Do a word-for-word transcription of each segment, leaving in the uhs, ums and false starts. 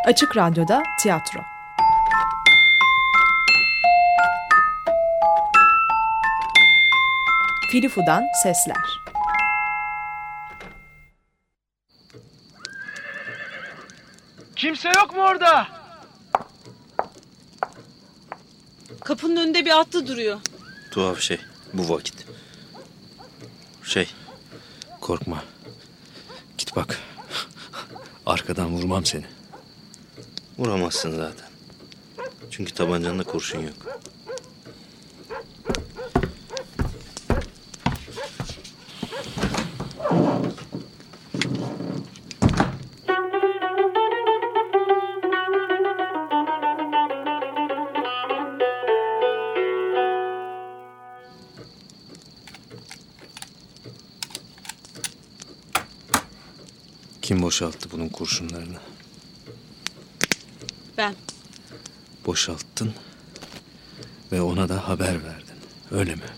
Açık Radyo'da tiyatro. Filifu'dan sesler. Kimse yok mu orada? Kapının önünde bir atlı duruyor. Tuhaf şey bu vakit. Şey, Korkma. Git bak. Arkadan vurmam seni. vuramazsın zaten. Çünkü tabancanda kurşun yok. Kim boşalttı bunun kurşunlarını? Ben. Boşalttın ve ona da haber verdin. Öyle mi?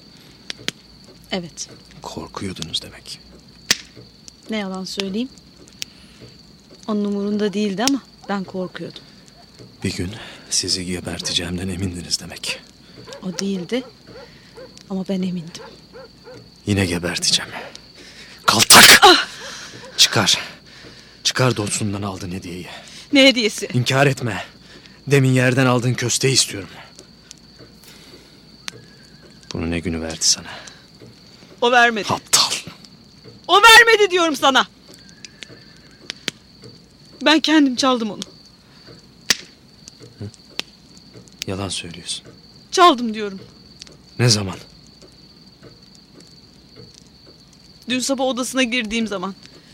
Evet. Korkuyordunuz demek. Ne yalan söyleyeyim. Onun umurunda değildi ama ben korkuyordum. Bir gün sizi geberteceğimden emindiniz demek. O değildi ama ben emindim. Yine geberteceğim. Kaltak! Ah! Çıkar. Çıkar dostundan aldığın hediyeyi. Ne hediyesi? İnkar etme. Demin yerden aldığın kösteği istiyorum. Bunu ne günü verdi sana? O vermedi. Aptal. O vermedi diyorum sana. Ben kendim çaldım onu. Hı? Yalan söylüyorsun. Çaldım diyorum. Ne zaman? Dün sabah odasına girdiğim zaman.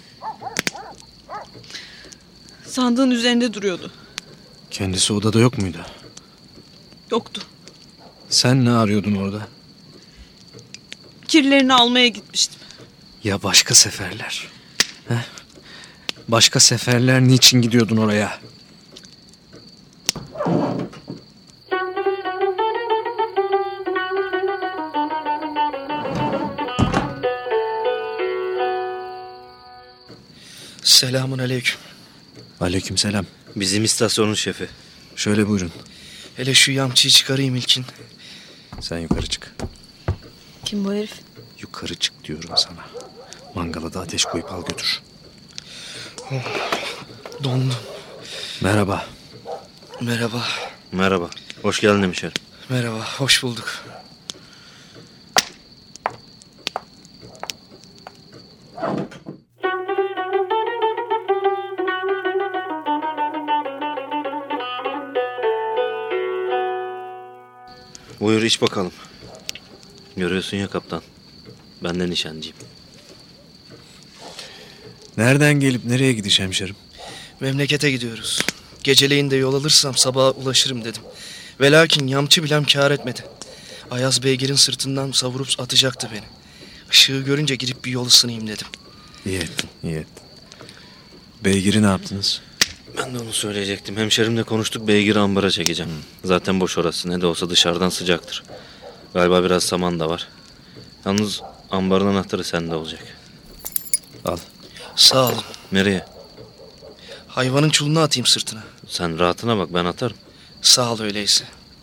Sandığın üzerinde duruyordu. Kendisi odada yok muydu? Yoktu. Sen ne arıyordun orada? Kirlerini almaya gitmiştim. Ya başka seferler? Heh? Başka seferler niçin gidiyordun oraya? Selamun aleyküm. Aleykümselam. Bizim istasyonun şefi. Şöyle buyurun. Hele şu yamçıyı çıkarayım ilkin. Sen yukarı çık. Kim bu herif? Yukarı çık diyorum sana. Mangala da ateş koyup al götür. Oh, dondum. Merhaba. Merhaba. Merhaba. Hoş geldin hemşerim. Merhaba. Hoş bulduk. Buyur iç bakalım. Görüyorsun ya kaptan. Ben de nişancıyım. Nereden gelip nereye gidiş hemşerim? Memlekete gidiyoruz. Geceleyin de yol alırsam sabaha ulaşırım dedim. Ve lakin yamçı bilem kâr etmedi. Ayaz beygir'in sırtından savurup atacaktı beni. Işığı görünce girip bir yol ısınayım dedim. İyi ettin, iyi ettin. Beygir'i ne yaptınız? Ben de onu söyleyecektim. Hemşerimle konuştuk, beygiri ambara çekeceğim. Zaten boş orası. Ne de olsa dışarıdan sıcaktır. Galiba biraz saman da var. Yalnız ambarın anahtarı sende olacak. Al. Sağ olun. Nereye? Hayvanın çulunu atayım sırtına. Sen rahatına bak, ben atarım. Sağ ol öyleyse.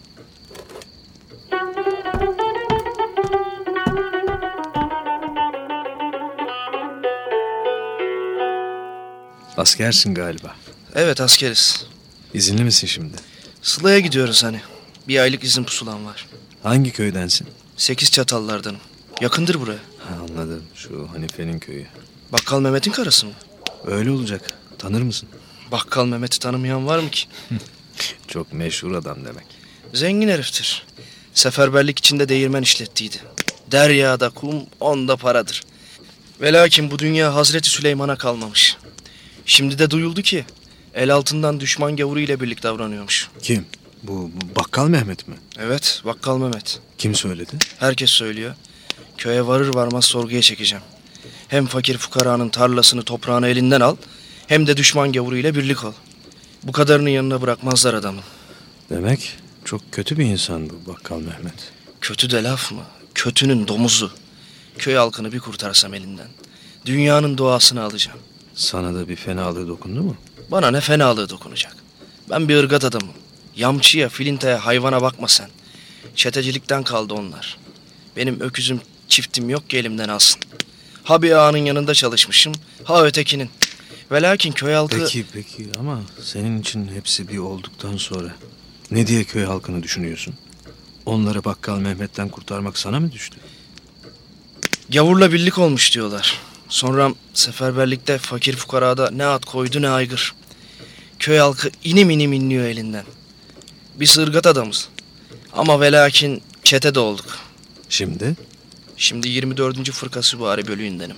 Askersin galiba. Evet askeriz. İzinli misin şimdi? Sıla'ya gidiyoruz hani. Bir aylık izin pusulam var. Hangi köydensin? Sekiz Çatallardanım. Yakındır buraya. Ha, anladım. Şu Hanife'nin köyü. Bakkal Mehmet'in karısı mı? Öyle olacak. Tanır mısın? Bakkal Mehmet'i tanımayan var mı ki? Çok meşhur adam demek. Zengin heriftir. Seferberlik içinde değirmen işlettiydi. Deryada kum, onda paradır. Ve lakin bu dünya Hazreti Süleyman'a kalmamış. Şimdi de duyuldu ki el altından düşman gavuru ile birlik davranıyormuş. Kim? Bu, bu Bakkal Mehmet mi? Evet, Bakkal Mehmet. Kim söyledi? Herkes söylüyor. Köye varır varmaz sorguya çekeceğim. Hem fakir fukaranın tarlasını toprağını elinden al, hem de düşman gavuru ile birlik ol. Bu kadarını yanına bırakmazlar adamın. Demek çok kötü bir insan bu Bakkal Mehmet. Kötü de laf mı? Kötünün domuzu. Köy halkını bir kurtarsam elinden. Dünyanın doğasını alacağım. Sana da bir fenalığı dokundu mu? Bana ne fenalığı dokunacak. Ben bir ırgat adamım. Yamçıya, filintaya, hayvana bakma sen. Çetecilikten kaldı onlar. Benim öküzüm, çiftim yok ki elimden alsın. Ha bir ağanın yanında çalışmışım, ha ötekinin. Ve lakin köy halkı... Peki peki ama senin için hepsi bir olduktan sonra ne diye köy halkını düşünüyorsun? Onları Bakkal Mehmet'ten kurtarmak sana mı düştü? Gavurla birlik olmuş diyorlar. Sonra seferberlikte fakir fukarada ne at koydu ne aygır. Köy halkı inim inim inliyor elinden. Biz ırgat adamız. Ama ve lakin çete de olduk. Şimdi? Şimdi yirmi dördüncü fırka süvari bölüğündenim.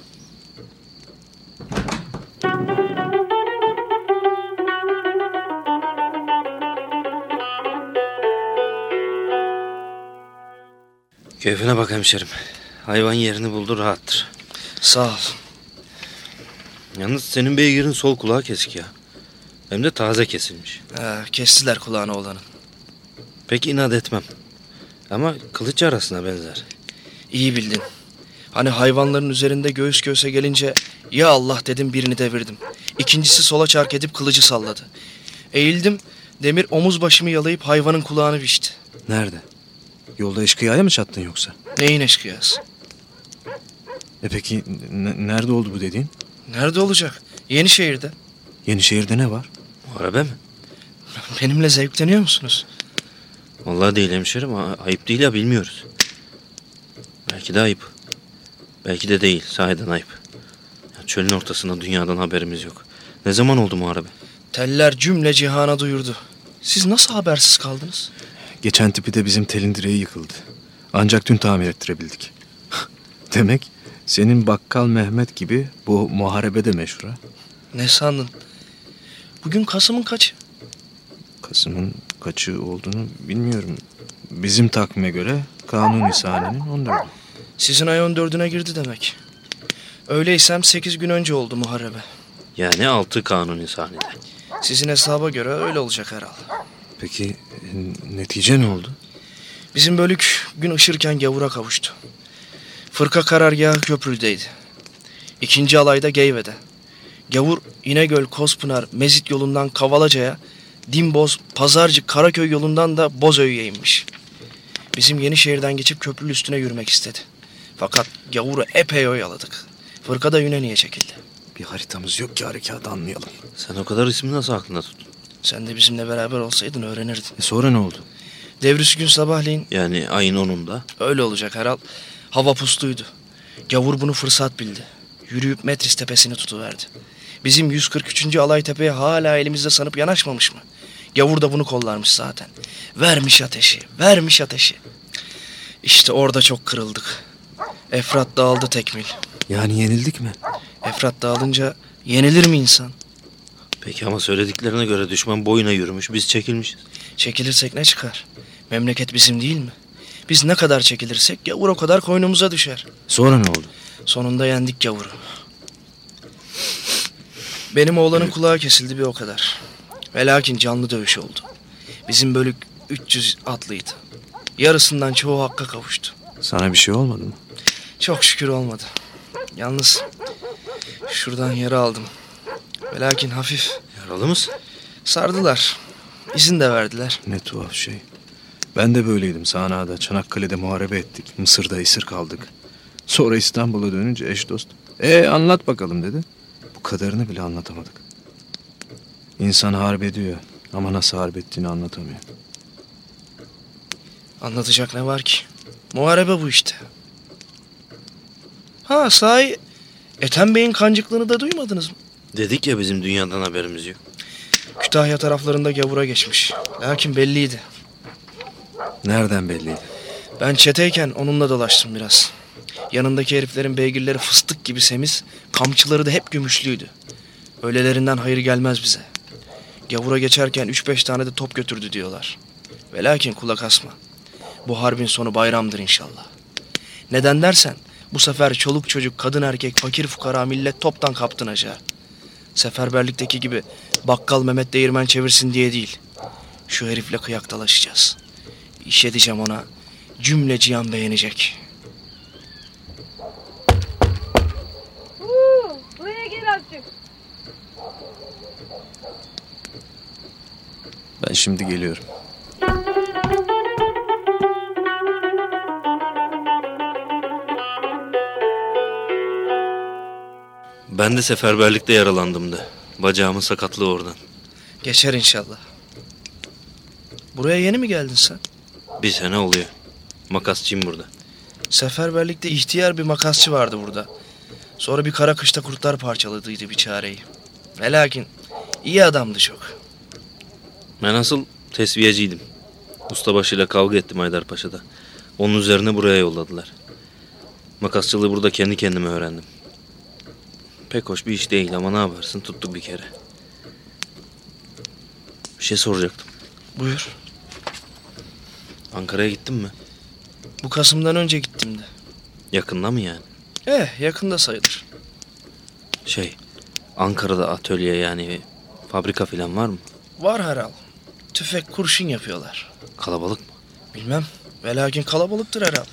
Keyfine bak hemşerim. Hayvan yerini buldu, rahattır. Sağ ol. Yalnız senin beygirin sol kulağı kesik ya. Hem de taze kesilmiş. He, kestiler kulağını oğlanın. Pek inat etmem. Ama kılıç arasına benzer. İyi bildin. Hani hayvanların üzerinde göğüs göğüse gelince ya Allah dedim, birini devirdim. İkincisi sola çark edip kılıcı salladı. Eğildim, demir omuz başımı yalayıp hayvanın kulağını biçti. Nerede? Yolda eşkıyaya mı çattın yoksa? Neyin eşkıyası? E peki n- nerede oldu bu dediğin? Nerede olacak? Yenişehir'de. Yenişehir'de ne var? Muharebe mi? Benimle zevkleniyor musunuz? Vallahi değil hemşerim. a- Ayıp değil ya, bilmiyoruz. Belki de ayıp. Belki de değil. Sahiden ayıp. Ya çölün ortasında dünyadan haberimiz yok. Ne zaman oldu muharebe? Teller cümle cihana duyurdu. Siz nasıl habersiz kaldınız? Geçen tipi de bizim telin direği yıkıldı. Ancak dün tamir ettirebildik. Demek senin Bakkal Mehmet gibi bu muharebe de meşhur ha? Ne sandın? Bugün Kasım'ın kaçı? Kasım'ın kaçı olduğunu bilmiyorum. Bizim takvime göre Kanuni Sani'nin on dördü. Sizin ay on dördüne girdi demek. Öyleysem sekiz gün önce oldu muharebe. Yani altı kanuni sahnede. Sizin hesaba göre öyle olacak herhalde. Peki e, netice ne oldu? Bizim bölük gün ışırken gavura kavuştu. Fırka karargahı Köprülü'deydi. İkinci alayda Geyve'de. Gavur İnegöl, Kospınar, Mezit yolundan Kavalaca'ya, Dimboz, Pazarcık, Karaköy yolundan da Bozöy'e inmiş. Bizim Yenişehir'den geçip köprünün üstüne yürümek istedi. Fakat gavuru epey oyaladık. Fırka da Yunani'ye çekildi. Bir haritamız yok ki harekatı anlayalım. Sen o kadar ismi nasıl aklında tuttun? Sen de bizimle beraber olsaydın öğrenirdin. E sonra ne oldu? Devrisi gün sabahleyin Yani ayın onunda. öyle olacak herhal. Hava pusluydu. Gavur bunu fırsat bildi. Yürüyüp Metris tepesini tutuverdi. Bizim yüz kırk üçüncü alay tepeye hala elimizde sanıp yanaşmamış mı? Gavur da bunu kollarmış zaten. Vermiş ateşi, vermiş ateşi. İşte orada çok kırıldık. Efrat dağıldı tekmil. Yani yenildik mi? Efrat dağılınca yenilir mi insan? Peki ama söylediklerine göre düşman boyuna yürümüş, biz çekilmişiz. Çekilirsek ne çıkar? Memleket bizim değil mi? Biz ne kadar çekilirsek gavur o kadar koynumuza düşer. Sonra ne oldu? Sonunda yendik gavuru. Benim oğlanın kulağı kesildi bir o kadar. Ve lakin canlı dövüş oldu. Bizim bölük üç yüz atlıydı. Yarısından çoğu hakka kavuştu. Sana bir şey olmadı mı? Çok şükür olmadı. Yalnız şuradan yara aldım. Ve lakin hafif Yaralı mısın? sardılar. İzin de verdiler. Ne tuhaf şey. Ben de böyleydim Sana'da. Çanakkale'de muharebe ettik. Mısır'da esir kaldık. Sonra İstanbul'a dönünce eş dost. E anlat bakalım dedi. Bu kadarını bile anlatamadık. İnsan harp ediyor ama nasıl harp ettiğini anlatamıyor. Anlatacak ne var ki? Muharebe bu işte. Ha sahi Ethem Bey'in kancıklığını da duymadınız mı? Dedik ya bizim dünyadan haberimiz yok. Kütahya taraflarında gavura geçmiş. Lakin belliydi. Nereden belliydi? Ben çeteyken onunla dolaştım biraz. Yanındaki heriflerin beygirleri fıstık gibi semiz, kamçıları da hep gümüşlüydü. Öylelerinden hayır gelmez bize. Gavura geçerken üç beş tane de top götürdü diyorlar. Ve lakin kulak asma. Bu harbin sonu bayramdır inşallah. Neden dersen, bu sefer çoluk çocuk, kadın erkek, fakir fukara millet toptan kaptınacağı. Seferberlikteki gibi bakkal Mehmet değirmen çevirsin diye değil. Şu herifle kıyak dalaşacağız. İş edeceğim ona, cümle cihan beğenecek. Uuu, buraya gel azıcık. Ben şimdi geliyorum. Ben de seferberlikte yaralandım da. Bacağımın sakatlığı oradan. Geçer inşallah. Buraya yeni mi geldin sen? Bir sene oluyor. Makasçıyım burada. Seferberlikte ihtiyar bir makasçı vardı burada. Sonra bir kara kışta kurtlar parçaladıydı biçareyi. Ve lakin iyi adamdı çok. Ben asıl tesviyeciydim. Ustabaşıyla kavga ettim Haydarpaşa'da. Onun üzerine buraya yolladılar. Makasçılığı burada kendi kendime öğrendim. Pek hoş bir iş değil ama ne yaparsın, tuttuk bir kere. Bir şey soracaktım. Buyur. Ankara'ya gittin mi? Bu Kasım'dan önce gittim de. Yakında mı yani? Eh yakında sayılır. Şey, Ankara'da atölye yani fabrika falan var mı? Var herhal. Tüfek kurşun yapıyorlar. Kalabalık mı? Bilmem. Ve lakin kalabalıktır herhal.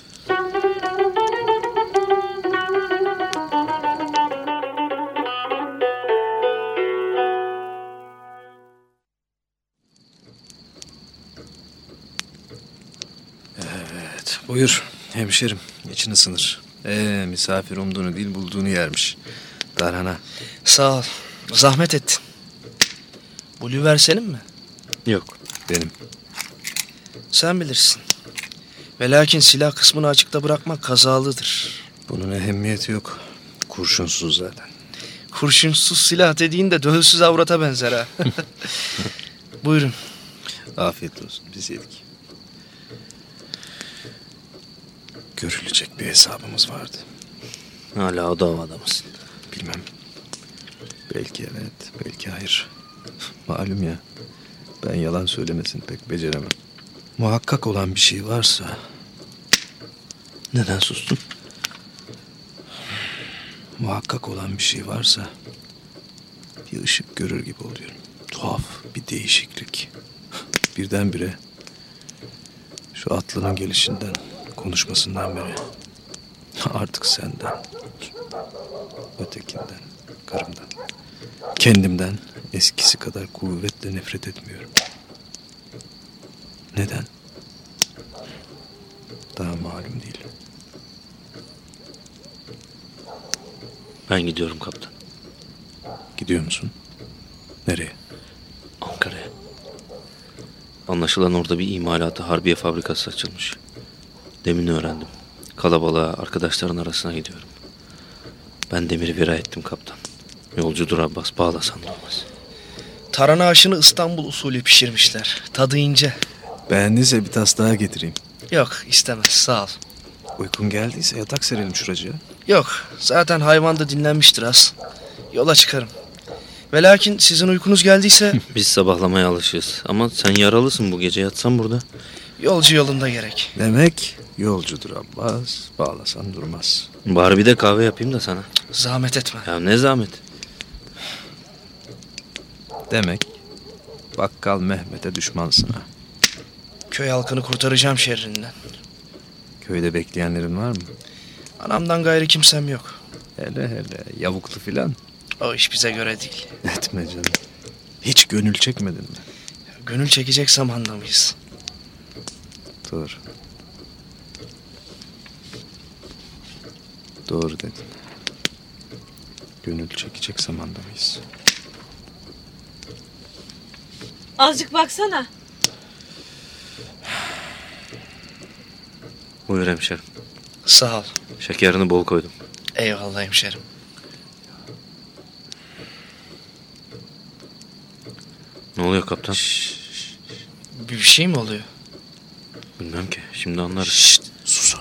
Evet, buyur hemşerim. İçin ısınır. Ee, misafir umduğunu değil bulduğunu yermiş. Darhana. Sağ ol. Zahmet ettin. Bu lüver senin mi? Yok. Benim. Sen bilirsin. Ve lakin silah kısmını açıkta bırakmak kazalıdır. Bunun ehemmiyeti yok. Kurşunsuz zaten. Kurşunsuz silah dediğin de dölsüz avrata benzer ha. Buyurun. Afiyet olsun. Biz yedik. Görülecek bir hesabımız vardı. Hala o davada mısın? Bilmem. Belki evet, belki hayır. Malum ya. Ben yalan söylemesini pek beceremem. Muhakkak olan bir şey varsa... Neden sustun? Muhakkak olan bir şey varsa... Bir ışık görür gibi oluyorum. Tuhaf bir değişiklik. Birdenbire... Şu atlının gelişinden, konuşmasından beri... Artık senden... Ötekinden, karımdan... Kendimden eskisi kadar kuvvetle nefret etmiyorum. Neden? Daha malum değil. Ben gidiyorum kaptan. Gidiyor musun? Nereye? Ankara'ya. Anlaşılan orada bir imalatı harbiye fabrikası açılmış. Demin öğrendim. Kalabalığa, arkadaşların arasına gidiyorum. Ben demiri vira ettim kaptan. Yolcudur Abbas, bağlasan durmaz. Tarhana aşını İstanbul usulü pişirmişler. Tadı ince. Beğendiyse bir tas daha getireyim. Yok istemez sağ ol. Uykun geldiyse yatak serelim şuracıya. Yok zaten hayvan da dinlenmiştir az. Yola çıkarım. Ve lakin sizin uykunuz geldiyse Biz sabahlamaya alışığız. Ama sen yaralısın, bu gece yatsan burada. yolcu yolunda gerek. Demek yolcudur Abbas, bağlasan durmaz. Bari bir de kahve yapayım da sana. Zahmet etme. Ya ne zahmet. Demek bakkal Mehmet'e düşmansın ha. Köy halkını kurtaracağım şerrinden. Köyde bekleyenlerin var mı? Anamdan gayrı kimsem yok. Hele hele yavuklu filan. O iş bize göre değil. Etme canım. Hiç gönül çekmedin mi? Gönül çekecek zamanda mıyız? Doğru. Doğru dedin. Gönül çekecek zamanda mıyız? Azıcık baksana. Buyur hemşerim. Sağ ol. Şekerini bol koydum. Eyvallah hemşerim. Ne oluyor kaptan? Bir, bir şey mi oluyor? Bilmem ki. Şimdi anlarız. Şşt, susun.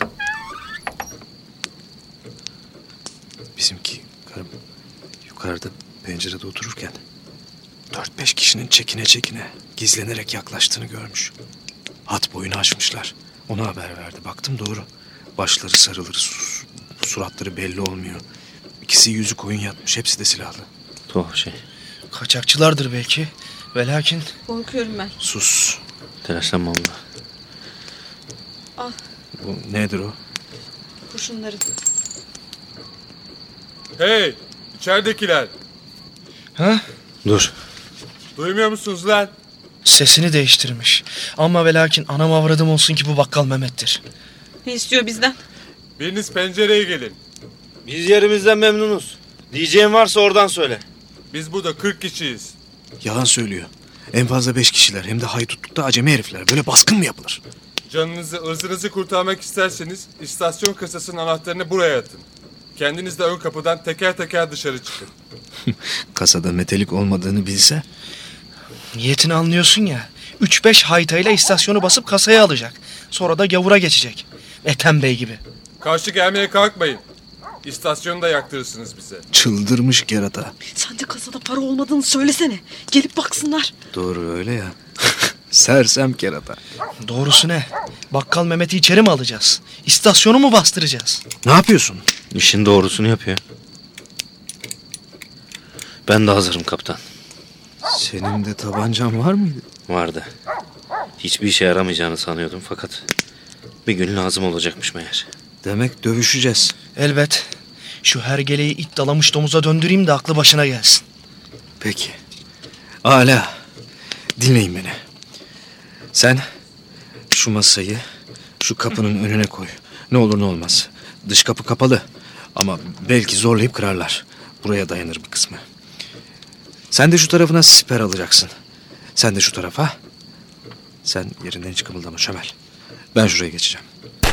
Bizimki karım yukarıda pencerede otururken dört beş kişinin çekine çekine gizlenerek yaklaştığını görmüş. Hat boyunu açmışlar. Ona haber verdi. Baktım doğru. Başları sarılır, su- suratları belli olmuyor. İkisi yüzü koyun yatmış. Hepsi de silahlı. Tuhaf şey. Kaçakçılardır belki. Ve lakin Korkuyorum ben. Sus. Telaşlanma abla. Ah Bu nedir o? kurşunları. Hey, içeridekiler. Ha? Dur. Duymuyor musunuz lan? Sesini değiştirmiş. Ama ve lakin anam avradım olsun ki bu bakkal Mehmet'tir. Ne istiyor bizden? Biriniz pencereye gelin. Biz yerimizden memnunuz. Diyeceğin varsa oradan söyle. Biz burada kırk kişiyiz. Yalan söylüyor. En fazla beş kişiler, hem de haydutlukta acemi herifler. Böyle baskın mı yapılır? Canınızı, ırzınızı kurtarmak isterseniz istasyon kasasının anahtarını buraya atın. Kendiniz de ön kapıdan teker teker dışarı çıkın. Kasada metalik olmadığını bilse. Niyetini anlıyorsun ya. Üç beş haytayla istasyonu basıp kasaya alacak. Sonra da gavura geçecek. Ethem Bey gibi. Karşı gelmeye kalkmayın. İstasyonu da yaktırırsınız bize. Çıldırmış kerata. Sen de kasada para olmadığını söylesene. Gelip baksınlar. Doğru öyle ya. Sersem kerata. Doğrusu ne? Bakkal Mehmet'i içeri mi alacağız? İstasyonu mu bastıracağız? Ne yapıyorsun? İşin doğrusunu yapıyor. Ben de hazırım kaptan. Senin de tabancan var mıydı? Vardı. Hiçbir işe yaramayacağını sanıyordum fakat bir gün lazım olacakmış meğer. Demek dövüşeceğiz. Elbet. Şu hergeleyi it dalamış domuza döndüreyim de aklı başına gelsin. Peki. Âlâ. Dinleyin beni. Sen şu masayı şu kapının önüne koy. Ne olur ne olmaz. Dış kapı kapalı. Ama belki zorlayıp kırarlar. Buraya dayanır bir kısmı. Sen de şu tarafına siper alacaksın. Sen de şu tarafa. Sen yerinden hiç kımıldama Şömel. Ben şuraya geçeceğim.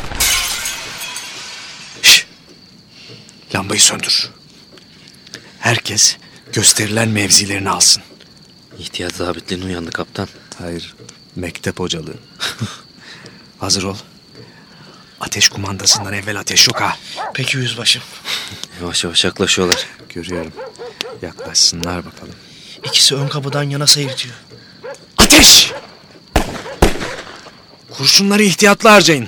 Şş. Lambayı söndür. Herkes gösterilen mevzilerini alsın. İhtiyat zabitliğine uyandı kaptan. Hayır, mektep hocalığı. Hazır ol. Ateş kumandasından evvel ateş yok ha. Peki yüzbaşım. Yavaş yavaş yaklaşıyorlar. Görüyorum. Yaklaşsınlar bakalım. İkisi ön kapıdan yana seyirtiyor. Ateş! Kurşunları ihtiyatlı harcayın.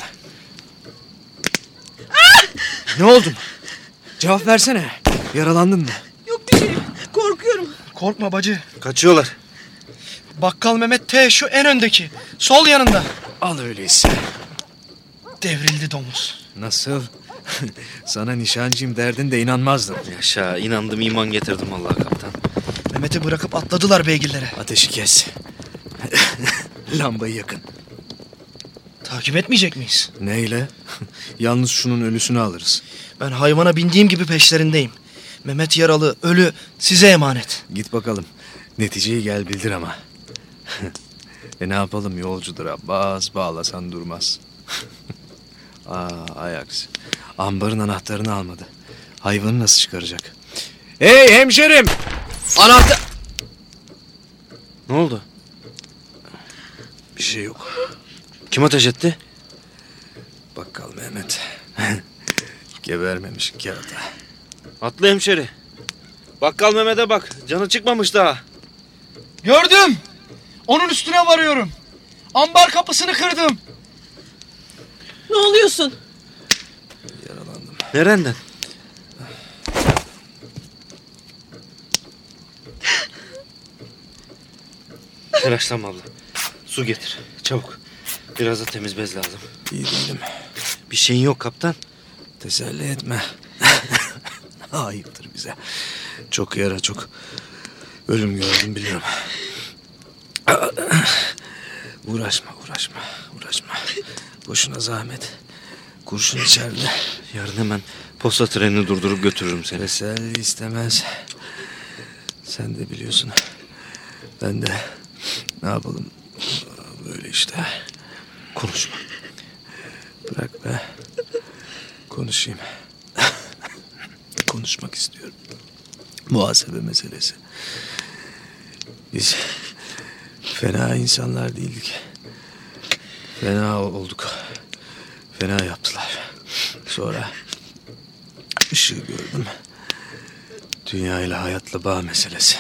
Ne oldun? Cevap versene. Yaralandın mı? Yok bir şey. Korkuyorum. Korkma bacı. Kaçıyorlar. Bakkal Mehmet T şu en öndeki. Sol yanında. Al öyleyse. Devrildi domuz. Nasıl? Sana nişancıyım derdin de inanmazdın. Yaşa, inandım, iman getirdim vallahi kaptan. Mehmet'i bırakıp atladılar beygirlere. Ateşi kes. Lambayı yakın. Takip etmeyecek miyiz? Neyle? Yalnız şunun ölüsünü alırız. Ben hayvana bindiğim gibi peşlerindeyim. Mehmet yaralı, ölü, size emanet. Git bakalım. Neticeyi gel bildir ama. E ne yapalım, yolcudur Abbas, bağlasan durmaz. Aa, ayaks. Ambarın anahtarını almadı. Hayvanı nasıl çıkaracak? Hey hemşerim! Anahtar... Ne oldu? Bir şey yok. Kim ateş etti? Bakkal Mehmet. Gebermemiş kerata. Atlı hemşeri. Bakkal Mehmet'e bak. Canı çıkmamış daha. Gördüm. Onun üstüne varıyorum. Ambar kapısını kırdım. Ne oluyorsun? Yaralandım. Nereden? Telaşlanma abla. Su getir. Çabuk. Biraz da temiz bez lazım. İyi değilim. Bir şeyin yok kaptan. Teselli etme. Ayıptır bize. Çok yara, çok ölüm gördüm biliyorum. Uğraşma, uğraşma, uğraşma. Boşuna zahmet. Kurşun içeride. Yarın hemen posta trenini durdurup götürürüm seni. Teselli istemez. Sen de biliyorsun. Ben de ne yapalım böyle işte. Konuşma. Bırak be. Konuşayım. Konuşmak istiyorum. Muhasebe meselesi. Biz fena insanlar değildik. Fena olduk. Fena yaptılar. Sonra ışığı gördüm. Dünya ile hayatla bağ meselesi.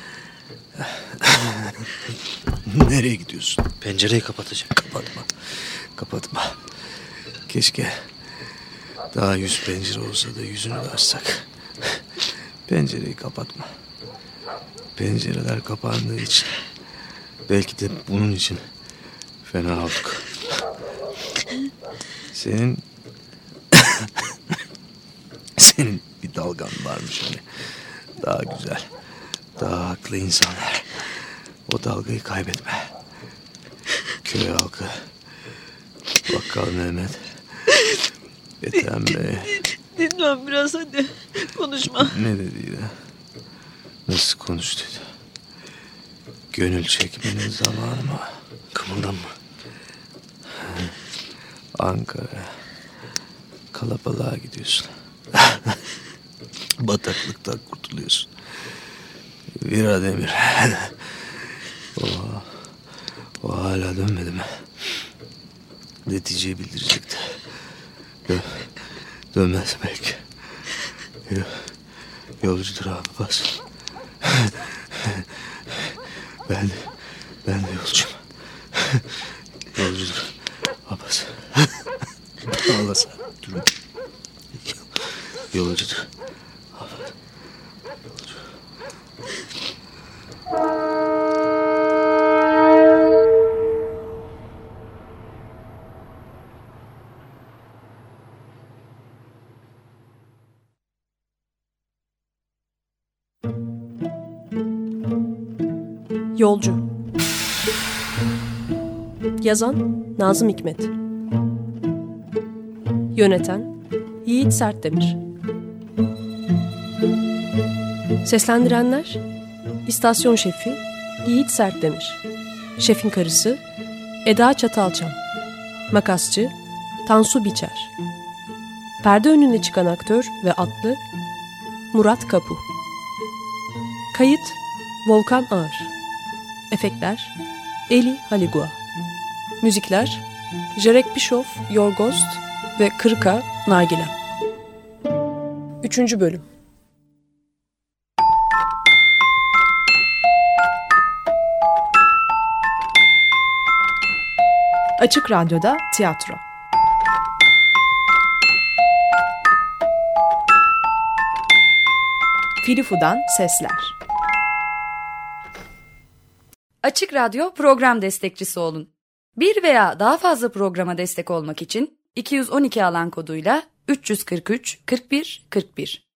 Nereye gidiyorsun? Pencereyi kapatacağım. Kapatma. Kapatma. Keşke daha yüz pencere olsa da yüzünü de açsak. Pencereyi kapatma. Pencereler kapandığı için, belki de bunun için fena olduk. Senin senin bir dalgan varmış hani. Daha güzel, Daha haklı insanlar. O dalgayı kaybetme. Köy halkı, Bakkal Mehmet, Ethem Bey. Dinlen biraz hadi. Konuşma. Ne dediydi? Nasıl konuştuydu? Gönül çekmenin zamanı mı? Kımıldanma. Ankara. Kalabalığa gidiyorsun. Bataklıktan kurtuluyorsun. Vira Demir. o, o hala dönmedi mi? Neticeyi bildirecekti. Dön, dönmez belki. Yo, yolcudur Abbas. ben de, ben de yolcuyum. Yolcudur Abbas. Ağlasana. Durma. Yolcudur. Yolcu. Yazan Nazım Hikmet. Yöneten Yiğit Sertdemir. Seslendirenler: İstasyon Şefi Yiğit Sertdemir, Şefin Karısı Eda Çatalçam, Makasçı Tansu Biçer, perde önüne çıkan aktör ve atlı Murat Kapu. Kayıt Volkan Ağır. Efektler Eli Haligua. Müzikler Jarek Bischoff, Yorghost ve Kırka Nargile. Üçüncü bölüm. Açık Radyo'da tiyatro. Filifu'dan sesler. Açık Radyo program destekçisi olun. Bir veya daha fazla programa destek olmak için iki yüz on iki alan koduyla üç yüz kırk üç kırk bir kırk bir